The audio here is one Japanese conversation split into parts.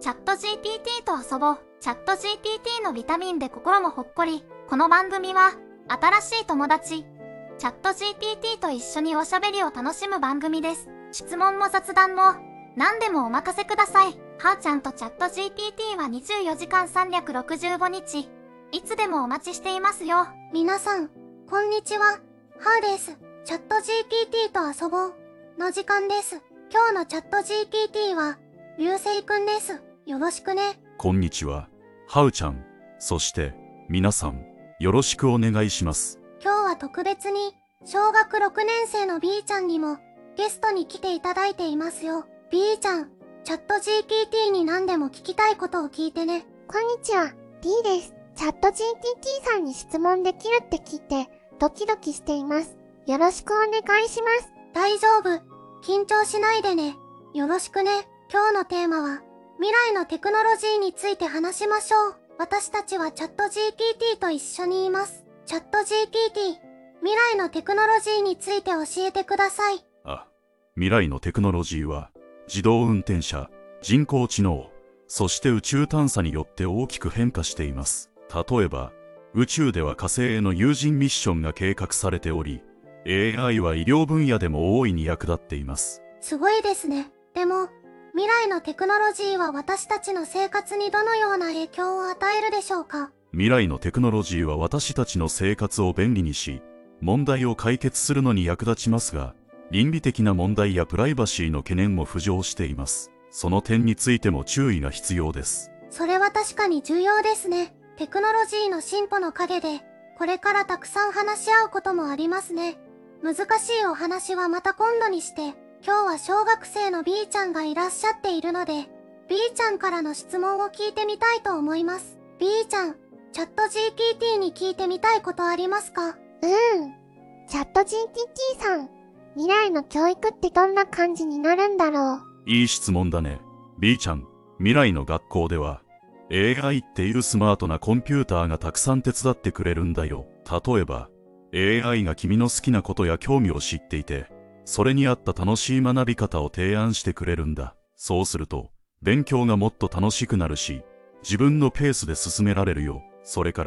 チャット GPT と遊ぼう。チャット GPT のビタミンで心もほっこり。この番組は、新しい友達、チャット GPT と一緒におしゃべりを楽しむ番組です。質問も雑談も、何でもお任せください。はーちゃんとチャット GPT は24時間365日、いつでもお待ちしていますよ。 皆さん、こんにちは。はーです。チャット GPT と遊ぼうの時間です。今日のチャット GPT は、流星くんです。よろしくね。 こんにちは、はうちゃん。そして、皆さん、よろしくお願いします。 今日は特別に、小学6年生の B ちゃんにも、ゲストに来ていただいていますよ。B ちゃん、チャット GPT に何でも聞きたいことを聞いてね。 こんにちは、D です。チャット GPT さんに質問できるって聞いて、ドキドキしています。よろしくお願いします。 大丈夫。緊張しないでね。よろしくね。今日のテーマは、未来のテクノロジーについて話しましょう。私たちはチャット GPT と一緒にいます。チャット GPT、未来のテクノロジーについて教えてください。 未来のテクノロジーは、自動運転車、人工知能、そして宇宙探査によって大きく変化しています。例えば、宇宙では火星への有人ミッションが計画されており、AI は医療分野でも大いに役立っています。 すごいですね。でも、未来のテクノロジーは私たちの生活にどのような影響を与えるでしょうか？ 未来のテクノロジーは私たちの生活を便利にし、問題を解決するのに役立ちますが、倫理的な問題やプライバシーの懸念も浮上しています。その点についても注意が必要です。 それは確かに重要ですね。テクノロジーの進歩の陰で、これからたくさん話し合うこともありますね。難しいお話はまた今度にして、今日は小学生の B ちゃんがいらっしゃっているので、B ちゃんからの質問を聞いてみたいと思います。B ちゃん、チャット GPT に聞いてみたいことありますか？ チャット GPT さん、未来の教育ってどんな感じになるんだろう？ いい質問だね。B ちゃん、未来の学校では、AI っていうスマートなコンピューターがたくさん手伝ってくれるんだよ。例えば、AI が君の好きなことや興味を知っていて、それに合った楽しい学び方を提案してくれるんだ。そうすると、勉強がもっと楽しくなるし、自分のペースで進められるよ。それから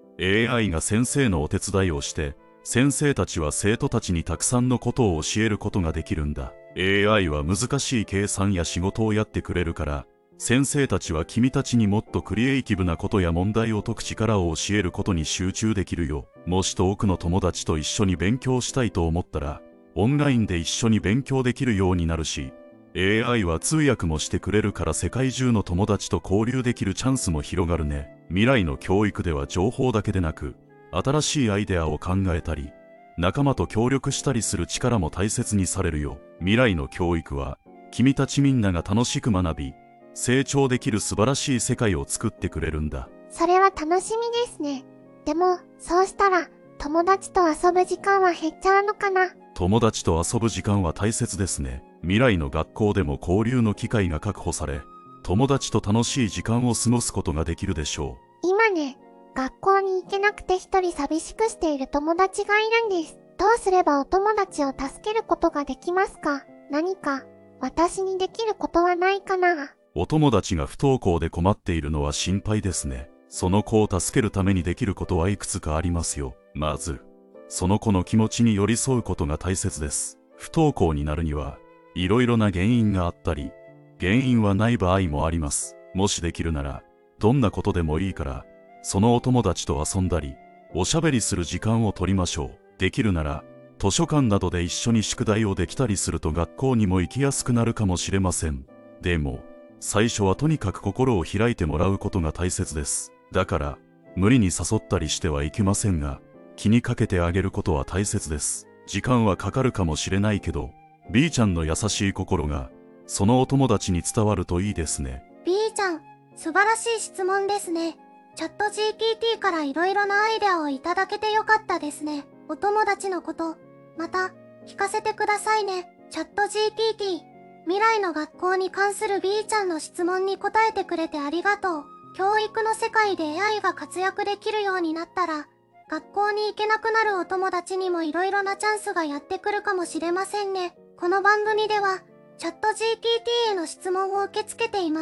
、AI が先生のお手伝いをして、先生たちは生徒たちにたくさんのことを教えることができるんだ。AI は難しい計算や仕事をやってくれるから、先生たちは君たちにもっとクリエイティブなことや問題を解く力を教えることに集中できるよ。もし遠くの友達と一緒に勉強したいと思ったら、オンラインで一緒に勉強できるようになるし、AI は通訳もしてくれるから世界中の友達と交流できるチャンスも広がるね。未来の教育では情報だけでなく、新しいアイデアを考えたり、仲間と協力したりする力も大切にされるよ。未来の教育は、君たちみんなが楽しく学び、成長できる素晴らしい世界を作ってくれるんだ。 それは楽しみですね。でも、そうしたら、友達と遊ぶ時間は減っちゃうのかな？ 友達と遊ぶ時間は大切ですね。未来の学校でも交流の機会が確保され、友達と楽しい時間を過ごすことができるでしょう。今ね、学校に行けなくて一人寂しくしている友達がいるんです。どうすればお友達を助けることができますか？何か、私にできることはないかな？ お友達が不登校で困っているのは心配ですね。その子を助けるためにできることはいくつかありますよ。まず、その子の気持ちに寄り添うことが大切です。不登校になるには、いろいろな原因があったり、原因はない場合もあります。もしできるなら、どんなことでもいいから、そのお友達と遊んだり、おしゃべりする時間を取りましょう。できるなら、図書館などで一緒に宿題をできたりすると学校にも行きやすくなるかもしれません。でも、最初はとにかく心を開いてもらうことが大切です。だから、無理に誘ったりしてはいけませんが、気にかけてあげることは大切です。時間はかかるかもしれないけど、B ちゃんの優しい心が、そのお友達に伝わるといいですね。 B ちゃん、素晴らしい質問ですね。チャット GPT からいろいろなアイデアをいただけてよかったですね。お友達のこと、また、聞かせてくださいね。チャット GPT、未来の学校に関する B ちゃんの質問に答えてくれてありがとう。教育の世界で AI が活躍できるようになったら、学校に行けなくなるお友達にもいろいろなチャンスがやってくるかもしれませんね。この番組では、チャット GPT への質問を受け付けています。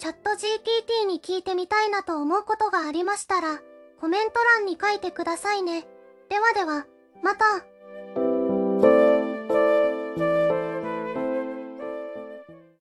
チャット GPT に聞いてみたいなと思うことがありましたら、コメント欄に書いてくださいね。ではでは、また。